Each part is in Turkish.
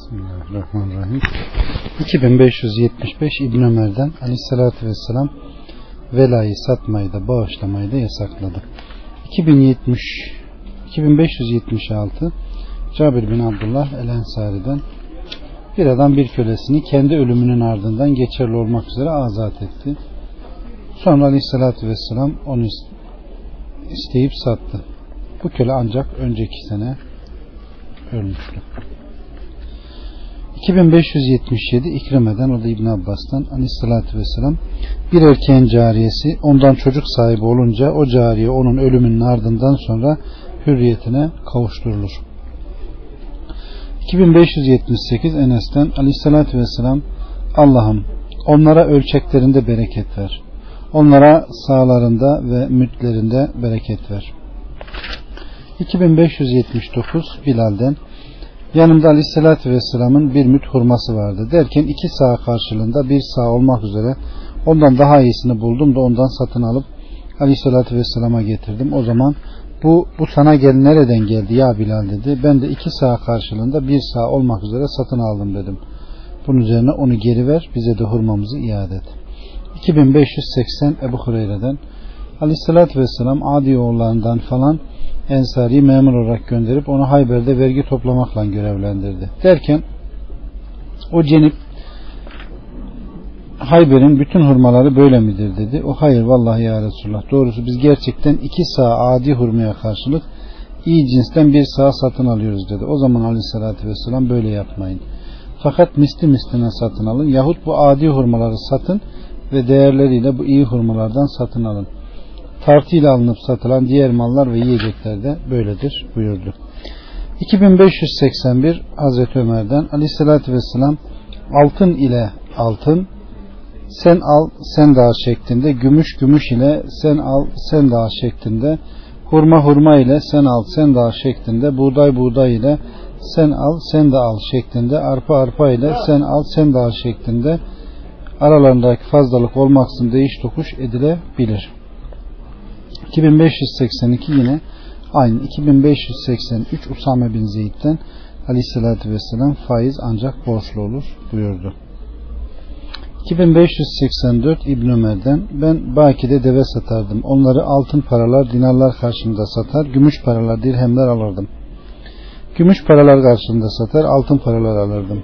Bismillahirrahmanirrahim. 2575 İbn Ömer'den Aleyhisselatü Vesselam velayı satmayı da bağışlamayı da yasakladı. 2576 Cabir bin Abdullah el-Ensari'den bir adam bir kölesini kendi ölümünün ardından geçerli olmak üzere azat etti. Sonra Aleyhisselatü Vesselam onu isteyip sattı. Bu köle ancak önceki sene ölmüştü. 2577 İkrime'den, o da İbn Abbas'tan, Aleyhisselatü Vesselam bir erkeğin cariyesi ondan çocuk sahibi olunca o cariye onun ölümünün ardından sonra hürriyetine kavuşturulur. 2578 Enes'ten Aleyhisselatü Vesselam Allah'ım onlara ölçeklerinde bereket ver. Onlara sağlarında ve mütlerinde bereket ver. 2579 Bilal'den yanımda Aleyhisselatü Vesselam'ın bir müt hurması vardı derken 2 sağ karşılığında 1 sağ olmak üzere ondan daha iyisini buldum da ondan satın alıp Aleyhisselatü Vesselam'a getirdim. O zaman bu sana nereden geldi ya Bilal dedi. Ben de 2 sağ karşılığında 1 sağ olmak üzere satın aldım dedim. Bunun üzerine onu geri ver, bize de hurmamızı iade et. 2580 Ebu Hureyre'den Aleyhisselatü Vesselam Adi oğullarından falan Ensari'yi memur olarak gönderip onu Hayber'de vergi toplamakla görevlendirdi. Derken o cenip Hayber'in bütün hurmaları böyle midir dedi. O hayır vallahi ya Resulullah, doğrusu biz gerçekten 2 sağ adi hurmaya karşılık iyi cinsten 1 sağ satın alıyoruz dedi. O zaman Aleyhisselatü Vesselam böyle yapmayın. Fakat misli misline satın alın yahut bu adi hurmaları satın ve değerleriyle bu iyi hurmalardan satın alın. Tartıyla alınıp satılan diğer mallar ve yiyecekler de böyledir buyurdu. 2581 Hazreti Ömer'den Aleyhisselatü Vesselam altın ile altın sen al sen de al şeklinde, gümüş gümüş ile sen al sen de al şeklinde, hurma hurma ile sen al sen de al şeklinde, buğday buğday ile sen al sen de al şeklinde, arpa arpa ile sen al sen de al şeklinde aralarındaki fazlalık olmaksızın değiş tokuş edilebilir. 2582 yine aynı. 2583 Usame bin Zeyd'den Aleyhisselatü Vesselam faiz ancak borçlu olur buyurdu. 2584 İbn Ömer'den ben Baki'de deve satardım. Onları altın paralar dinarlar karşılığında satar, gümüş paralar dirhemler alırdım. Gümüş paralar karşılığında satar, altın paralar alırdım.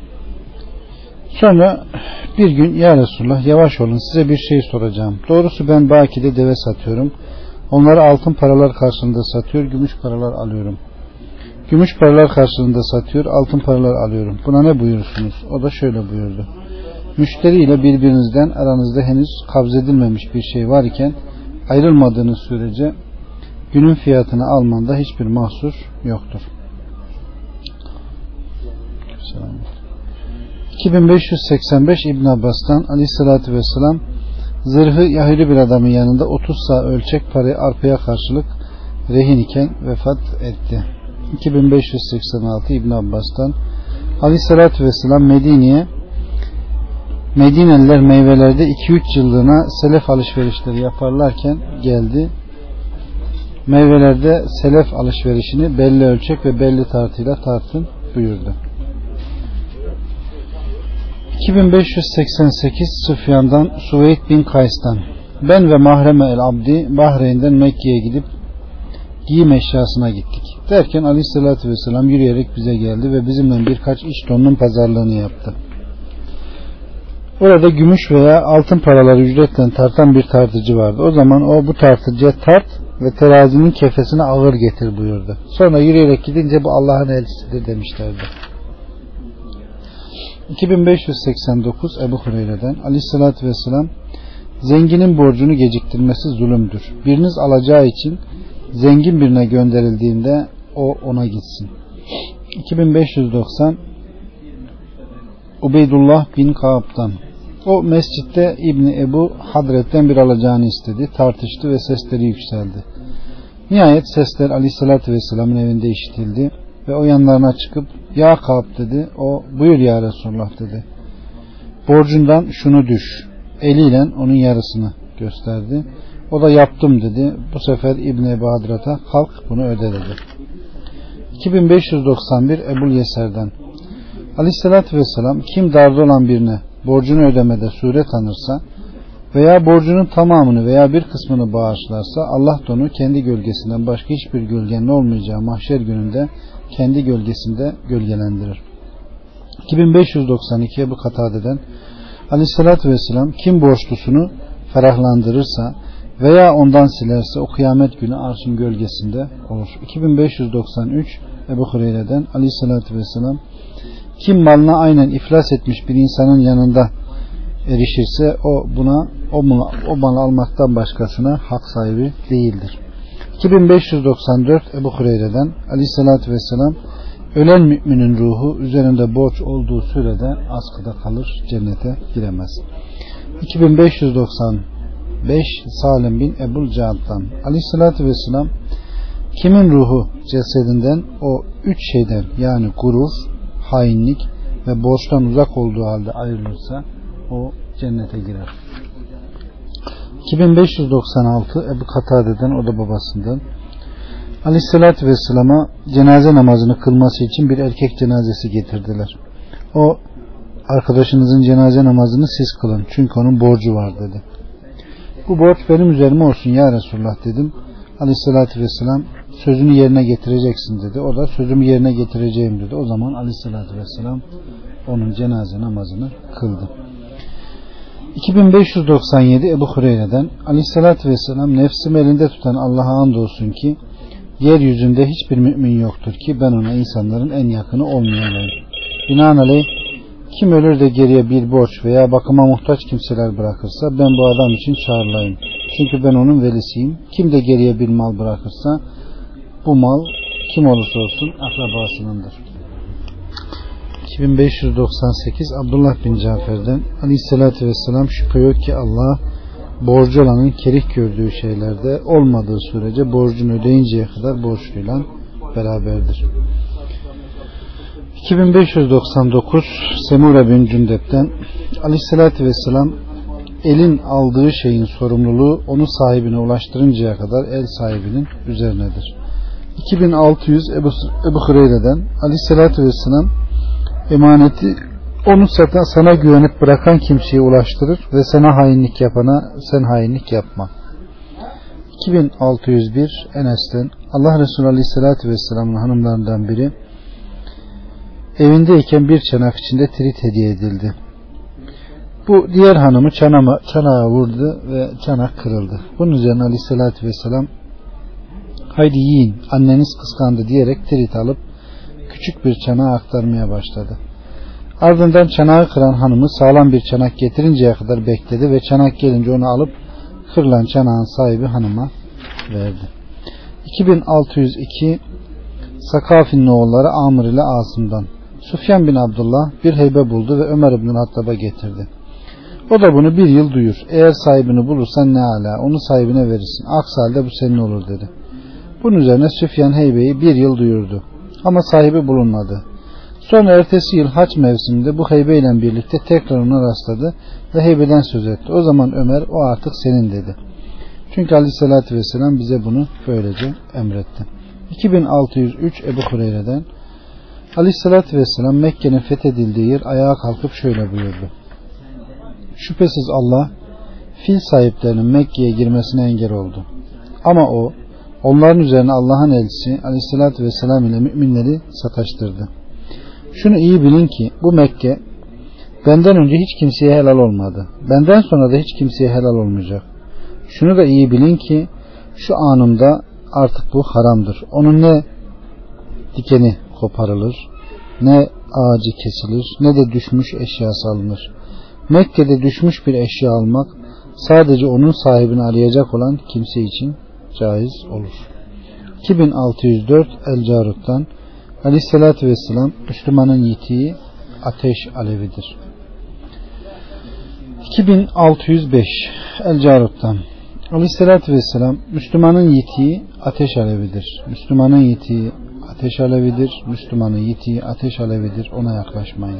Sonra bir gün ya Resulullah yavaş olun, size bir şey soracağım. Doğrusu ben Baki'de deve satıyorum. Onları altın paralar karşılığında satıyor, gümüş paralar alıyorum. Gümüş paralar karşılığında satıyor, altın paralar alıyorum. Buna ne buyurursunuz? O da şöyle buyurdu. Müşteriyle birbirinizden aranızda henüz kabzedilmemiş bir şey var iken ayrılmadığınız sürece günün fiyatını almanda hiçbir mahsur yoktur. 2585 İbn Abbas'tan Aleyhisselatü Vesselam zırhı Yahudi bir adamın yanında 30 sağ ölçek parayı arpaya karşılık rehin iken vefat etti. 2586 İbn Abbas'tan Aleyhisselatü Vesselam Medineliler meyvelerde 2-3 yıllığına selef alışverişleri yaparlarken geldi. Meyvelerde selef alışverişini belli ölçek ve belli tartıyla tartın buyurdu. 2588 Süfyan'dan Suveyd bin Kays'tan ben ve Mahreme el-Abdi Bahreyn'den Mekke'ye gidip giyim eşyasına gittik. Derken Aleyhisselatü Vesselam yürüyerek bize geldi ve bizimle birkaç iş tonunun pazarlığını yaptı. Orada gümüş veya altın paraları ücretle tartan bir tartıcı vardı. O zaman o bu tartıcıya tart ve terazinin kefesine ağır getir buyurdu. Sonra yürüyerek gidince bu Allah'ın elçisidir demişlerdi. 2589 Ebu Hureyre'den Aleyhisselatü Vesselam zenginin borcunu geciktirmesi zulümdür. Biriniz alacağı için zengin birine gönderildiğinde o ona gitsin. 2590 Ubeydullah bin Kaab'dan o mescitte İbni Ebu Hadret'ten bir alacağını istedi. Tartıştı ve sesleri yükseldi. Nihayet sesler Aleyhisselatü Vesselam'ın evinde işitildi ve o yanlarına çıkıp ya Kaab dedi. O buyur ya Resulullah dedi. Borcundan şunu düş. Eliyle onun yarısını gösterdi. O da yaptım dedi. Bu sefer İbni Ebu Hadret'e kalk bunu öde dedi. 2591 Ebul Yeser'den Aleyhissalatü vesselam kim darda olan birine borcunu ödemede sure tanırsa veya borcunun tamamını veya bir kısmını bağışlarsa Allah da onu kendi gölgesinden başka hiçbir gölgenin olmayacağı mahşer gününde kendi gölgesinde gölgelendirir. 2592 Ebu Katade'den Aleyhissalatü vesselam kim borçlusunu ferahlandırırsa veya ondan silerse o kıyamet günü arşın gölgesinde olur. 2593 Ebu Hureyre'den Aleyhissalatü vesselam kim malına aynen iflas etmiş bir insanın yanında erişirse o malı almaktan başkasına hak sahibi değildir. 2594 Ebu Hureyre'den Aleyhissalatü vesselam ölen müminin ruhu üzerinde borç olduğu sürede askıda kalır, cennete giremez. 2595 Salim bin Ebu Caad'dan Aleyhissalatü vesselam kimin ruhu cesedinden o üç şeyden yani gurur, hainlik ve borçtan uzak olduğu halde ayrılırsa o cennete girer. 2596 Ebu Katade'den, o da babasından, Aleyhissalatü vesselama cenaze namazını kılması için bir erkek cenazesi getirdiler. O, arkadaşınızın cenaze namazını siz kılın çünkü onun borcu var dedi. Bu borç benim üzerime olsun ya Resulullah dedim. Aleyhissalatü vesselam sözünü yerine getireceksin dedi. O da sözümü yerine getireceğim dedi. O zaman Aleyhissalatü vesselam onun cenaze namazını kıldı. 2597 Ebu Hureyre'den Aleyhissalatü vesselam nefsimi elinde tutan Allah'a andolsun ki yeryüzünde hiçbir mümin yoktur ki ben ona insanların en yakını olmayayım. Binaenaleyh kim ölür de geriye bir borç veya bakıma muhtaç kimseler bırakırsa ben bu adam için çağrılayım. Çünkü ben onun velisiyim. Kim de geriye bir mal bırakırsa bu mal kim olursa olsun akrabasınındır. 2598 Abdullah bin Cafer'den Aleyhisselatü Vesselam şüphe yok ki Allah borcu olanın kerih gördüğü şeylerde olmadığı sürece borcunu ödeyinceye kadar borçluyla beraberdir. 2599 Semure bin Cündep'ten Aleyhisselatü Vesselam elin aldığı şeyin sorumluluğu onu sahibine ulaştırıncaya kadar el sahibinin üzerinedir. 2600 Ebu Hureyre'den Aleyhisselatü Vesselam emaneti onu sana güvenip bırakan kimseye ulaştırır ve sana hainlik yapana sen hainlik yapma. 2601 Enes'ten Allah Resulü Aleyhisselatü Vesselam'ın hanımlarından biri evindeyken bir çanak içinde tirit hediye edildi. Bu diğer hanımı çanağa vurdu ve çanak kırıldı. Bunun üzerine Aleyhisselatü Vesselam haydi yiyin anneniz kıskandı diyerek tirit alıp küçük bir çanağa aktarmaya başladı. Ardından çanağı kıran hanımı sağlam bir çanak getirinceye kadar bekledi ve çanak gelince onu alıp kırılan çanağın sahibi hanıma verdi. 2602 Sakafi'nin oğulları Amr ile Asım'dan Sufyan bin Abdullah bir heybe buldu ve Ömer ibn Hattab'a getirdi. O da bunu bir yıl duyur. Eğer sahibini bulursan ne ala, onu sahibine verirsin. Aksi halde bu senin olur dedi. Bunun üzerine Süfyan heybeyi bir yıl duyurdu. Ama sahibi bulunmadı. Sonra ertesi yıl haç mevsiminde bu heybeyle birlikte tekrar ona rastladı ve heybeden söz etti. O zaman Ömer o artık senin dedi. Çünkü Aleyhisselatü Vesselam bize bunu böylece emretti. 2603 Ebu Hureyre'den Aleyhisselatü Vesselam Mekke'nin fethedildiği yer ayağa kalkıp şöyle buyurdu. Şüphesiz Allah fil sahiplerinin Mekke'ye girmesine engel oldu. Ama o onların üzerine Allah'ın elçisi Aleyhisselatü Vesselam ile müminleri sataştırdı. Şunu iyi bilin ki bu Mekke benden önce hiç kimseye helal olmadı. Benden sonra da hiç kimseye helal olmayacak. Şunu da iyi bilin ki şu anımda artık bu haramdır. Onun ne dikeni koparılır, ne ağacı kesilir, ne de düşmüş eşyası alınır. Mekke'de düşmüş bir eşya almak sadece onun sahibini arayacak olan kimse için caiz olur. 2604 El-Carut'tan Aleyhisselatü Vesselam Müslümanın yitiği ateş alevidir. 2605 El-Carut'tan Aleyhisselatü Vesselam Müslümanın yitiği ateş alevidir. Müslümanın yitiği ateş alevidir. Müslümanın yitiği ateş alevidir. Ona yaklaşmayın.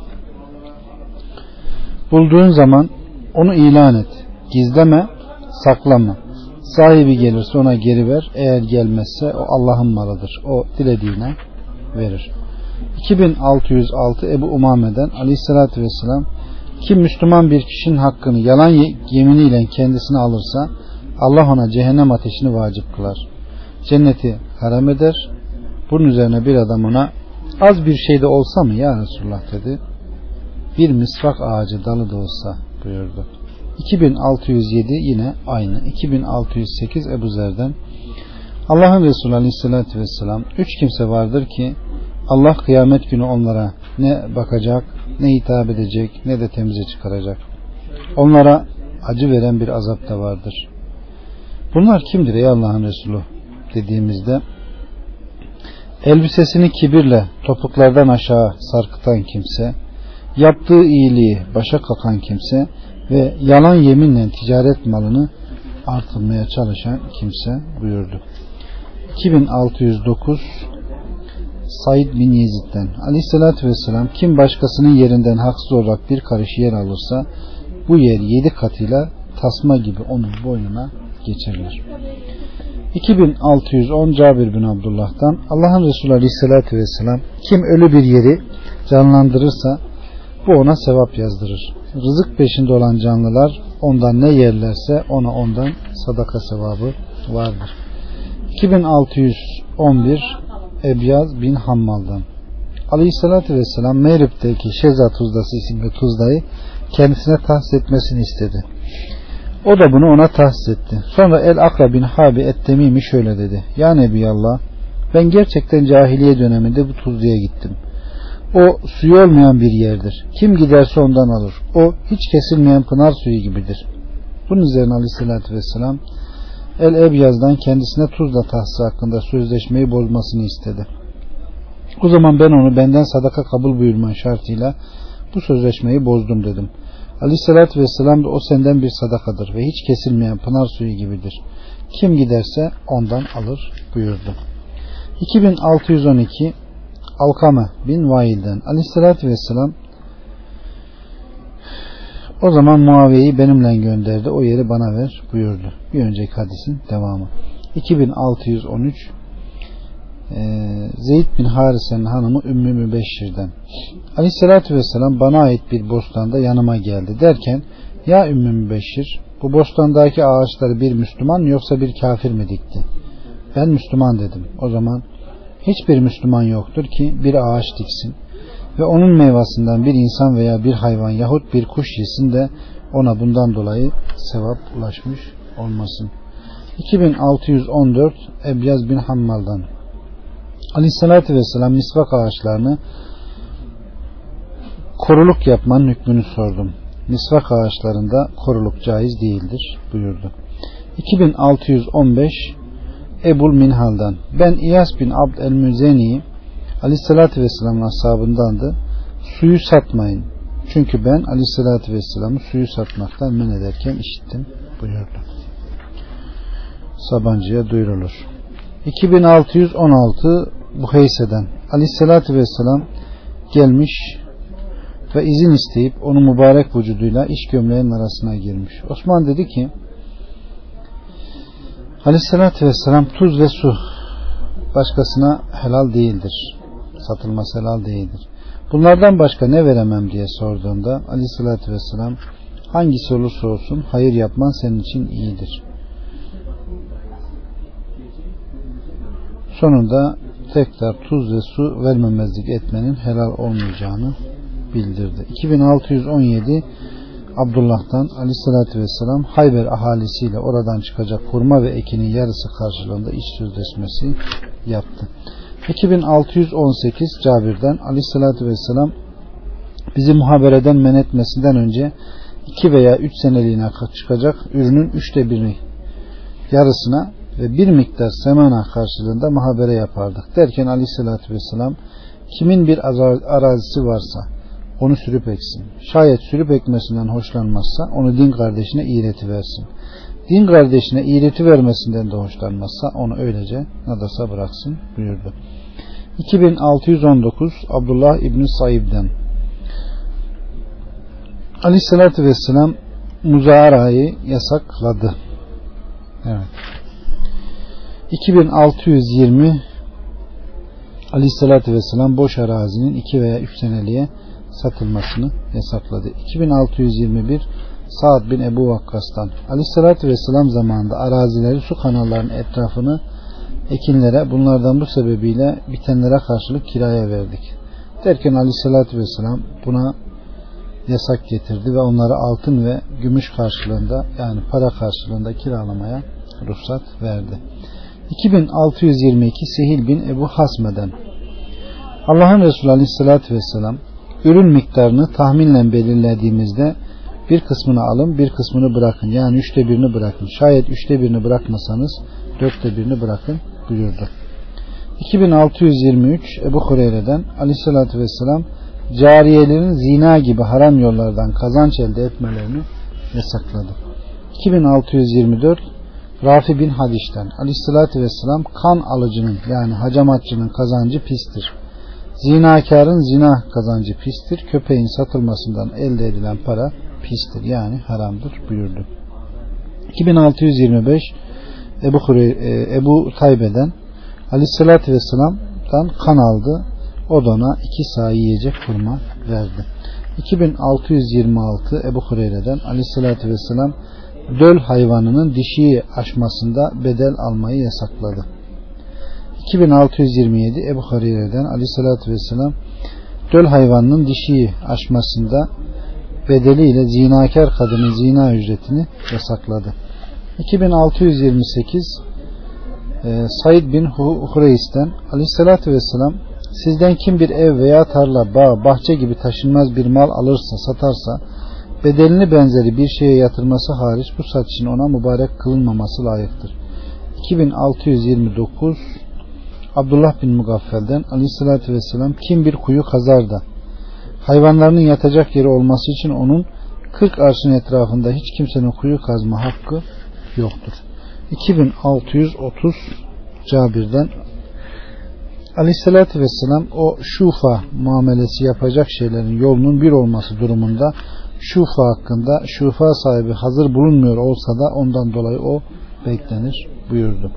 Bulduğun zaman onu ilan et. Gizleme, saklama. Sahibi gelirse ona geri ver. Eğer gelmezse o Allah'ın malıdır. O dilediğine verir. 2606 Ebu Umame'den Aleyhisselatü Vesselam, kim Müslüman bir kişinin hakkını yalan yeminiyle kendisine alırsa Allah ona cehennem ateşini vacip kılar, cenneti haram eder. Bunun üzerine bir adam ona, az bir şey de olsa mı ya Resulullah dedi. Bir misvak ağacı dalı da olsa buyurdu. 2607 yine aynı. 2608 Ebu Zer'den, Allah'ın Resulü Aleyhisselatü Vesselam, 3 kimse vardır ki Allah kıyamet günü onlara ne bakacak, ne hitap edecek, ne de temize çıkaracak. Onlara acı veren bir azap da vardır. Bunlar kimdir ey Allah'ın Resulü dediğimizde, elbisesini kibirle topuklardan aşağı sarkıtan kimse, yaptığı iyiliği başa kakan kimse ve yalan yeminle ticaret malını artırmaya çalışan kimse buyurdu. 2609 Said bin Yezid'den, Aleyhisselatü Vesselam, kim başkasının yerinden haksız olarak bir karış yer alırsa bu yer 7 katıyla tasma gibi onun boynuna geçirilir. 2610 Cabir bin Abdullah'tan, Allah'ın Resulü Aleyhisselatü Vesselam, kim ölü bir yeri canlandırırsa bu ona sevap yazdırır. Rızık peşinde olan canlılar ondan ne yerlerse ona ondan sadaka sevabı vardır. 2611 Ebyaz bin Hammal'dan, Aleyhisselatü Vesselam Mehrib'deki Şeza Tuzdası isimli tuzdayı kendisine tahsis etmesini istedi. O da bunu ona tahsis etti. Sonra El-Akra bin Habi Et-Temimi şöyle dedi: Ya Nebiyallah, ben gerçekten cahiliye döneminde bu tuzluya gittim. O suyu olmayan bir yerdir. Kim giderse ondan alır. O hiç kesilmeyen pınar suyu gibidir. Bunun üzerine Aleyhisselatü Vesselam El-Ebyaz'dan kendisine tuzla tahsisi hakkında sözleşmeyi bozmasını istedi. O zaman ben onu benden sadaka kabul buyurman şartıyla bu sözleşmeyi bozdum dedim. Aleyhisselatü Vesselam da o senden bir sadakadır ve hiç kesilmeyen pınar suyu gibidir. Kim giderse ondan alır buyurdu. 2612 Alkame bin Vail'den, Aleyhisselatü Vesselam, o zaman Muaviye'yi benimle gönderdi, o yeri bana ver buyurdu. Bir önceki hadisin devamı. 2613 Zeyd bin Harise'nin hanımı Ümmü Mübeşşir'den, Aleyhisselatü Vesselam bana ait bir bostanda yanıma geldi derken, ya Ümmü Mübeşşir, bu bostandaki ağaçları bir Müslüman yoksa bir kafir mi dikti? Ben Müslüman dedim. O zaman hiçbir Müslüman yoktur ki bir ağaç diksin ve onun meyvasından bir insan veya bir hayvan yahut bir kuş yesin de ona bundan dolayı sevap ulaşmış olmasın. 2614 Ebyaz bin Hammal'dan, Aleyhisselatü Vesselam misvak ağaçlarını koruluk yapmanın hükmünü sordum. Misvak ağaçlarında koruluk caiz değildir buyurdu. 2615 Ebul Minhal'dan, ben İyas bin Abd el-Müzeni'yi Aleyhisselatü Vesselam'ın ashabındandı. Suyu satmayın. Çünkü ben Aleyhisselatü Vesselam'ı suyu satmaktan men ederken işittim buyurdu. Sabancı'ya duyurulur. 2616 Buheyse'den, Aleyhisselatü Vesselam gelmiş ve izin isteyip onun mübarek vücuduyla iç gömleğin arasına girmiş. Osman dedi ki, Aleyhisselatü Vesselam, tuz ve su başkasına helal değildir. Satılması helal değildir. Bunlardan başka ne veremem diye sorduğunda Aleyhisselatü Vesselam, hangisi olursa olsun hayır yapman senin için iyidir. Sonunda tekrar tuz ve su vermemezlik etmenin helal olmayacağını bildirdi. 2617 Abdullah'tan, Aleyhisselatü Vesselam Hayber ahalisiyle oradan çıkacak hurma ve ekinin yarısı karşılığında iç sözleşmesi yaptı. 2618 Cabir'den, Aleyhisselatü Vesselam bizi muhabereden men etmesinden önce 2 veya 3 seneliğine çıkacak ürünün 1/3 yarısına ve bir miktar semana karşılığında muhabere yapardık derken Aleyhisselatü Vesselam, kimin bir arazisi varsa onu sürüp eksin. Şayet sürüp ekmesinden hoşlanmazsa onu din kardeşine iğreti versin. Din kardeşine iğreti vermesinden de hoşlanmazsa onu öylece nadasa bıraksın buyurdu. 2619 Abdullah İbni Saib'den, Aleyhisselatü Vesselam muzarayı yasakladı. Evet. 2620 Aleyhissalatü vesselam boş arazinin 2 veya 3 seneliğe satılmasını yasakladı. 2621 Sa'd bin Ebu Vakkas'tan Aleyhissalatü vesselam zamanında arazileri su kanallarının etrafını ekinlere, bunlardan bu sebebiyle bitenlere karşılık kiraya verdik. Derken Aleyhissalatü vesselam buna yasak getirdi ve onları altın ve gümüş karşılığında, yani para karşılığında kiralamaya ruhsat verdi. 2622 Sehil bin Ebu Hasme'den Allah'ın Resulü Aleyhisselatü Vesselam ürün miktarını tahminle belirlediğimizde bir kısmını alın, bir kısmını bırakın, yani 1/3'ünü bırakın, şayet 1/3'ünü bırakmasanız 4/1'ini bırakın buyurdu. 2623 Ebu Hureyre'den Aleyhisselatü Vesselam cariyelerin zina gibi haram yollardan kazanç elde etmelerini yasakladı. 2624 Rafi bin Hadiş'ten Aleyhisselatü Vesselam kan alıcının, yani hacamatçının kazancı pistir. Zinakarın zina kazancı pistir. Köpeğin satılmasından elde edilen para pistir, yani haramdır buyurdu. 2625 Ebu Taybe'den Aleyhisselatü Vesselam'dan kan aldı. O da ona 2 sağ yiyecek hurma verdi. 2626 Ebu Hureyre'den Aleyhisselatü Vesselam döl hayvanının dişiyi aşmasında bedel almayı yasakladı. 2627 Ebu Hureyre'den Aleyhisselatü Vesselam döl hayvanının dişiyi aşmasında bedeliyle zinakar kadının zina ücretini yasakladı. 2628 Said bin Hureys'ten Aleyhisselatü Vesselam sizden kim bir ev veya tarla, bağ, bahçe gibi taşınmaz bir mal alırsa, satarsa bedelini benzeri bir şeye yatırması hariç bu satışın ona mübarek kılınmaması layıktır. 2629 Abdullah bin Mugaffel'den Aleyhisselatü Vesselam kim bir kuyu kazar da hayvanlarının yatacak yeri olması için onun 40 arşın etrafında hiç kimsenin kuyu kazma hakkı yoktur. 2630 Cabir'den Aleyhisselatü Vesselam o şufa muamelesi yapacak şeylerin yolunun bir olması durumunda şufa hakkında şufa sahibi hazır bulunmuyor olsa da ondan dolayı o beklenir buyurdu.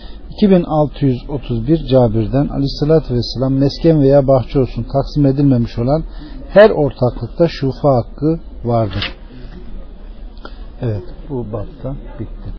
2631 Cabir'den Aleyhisselatü Vesselam mesken veya bahçe olsun taksim edilmemiş olan her ortaklıkta şufa hakkı vardır. Evet, bu bapta bitti.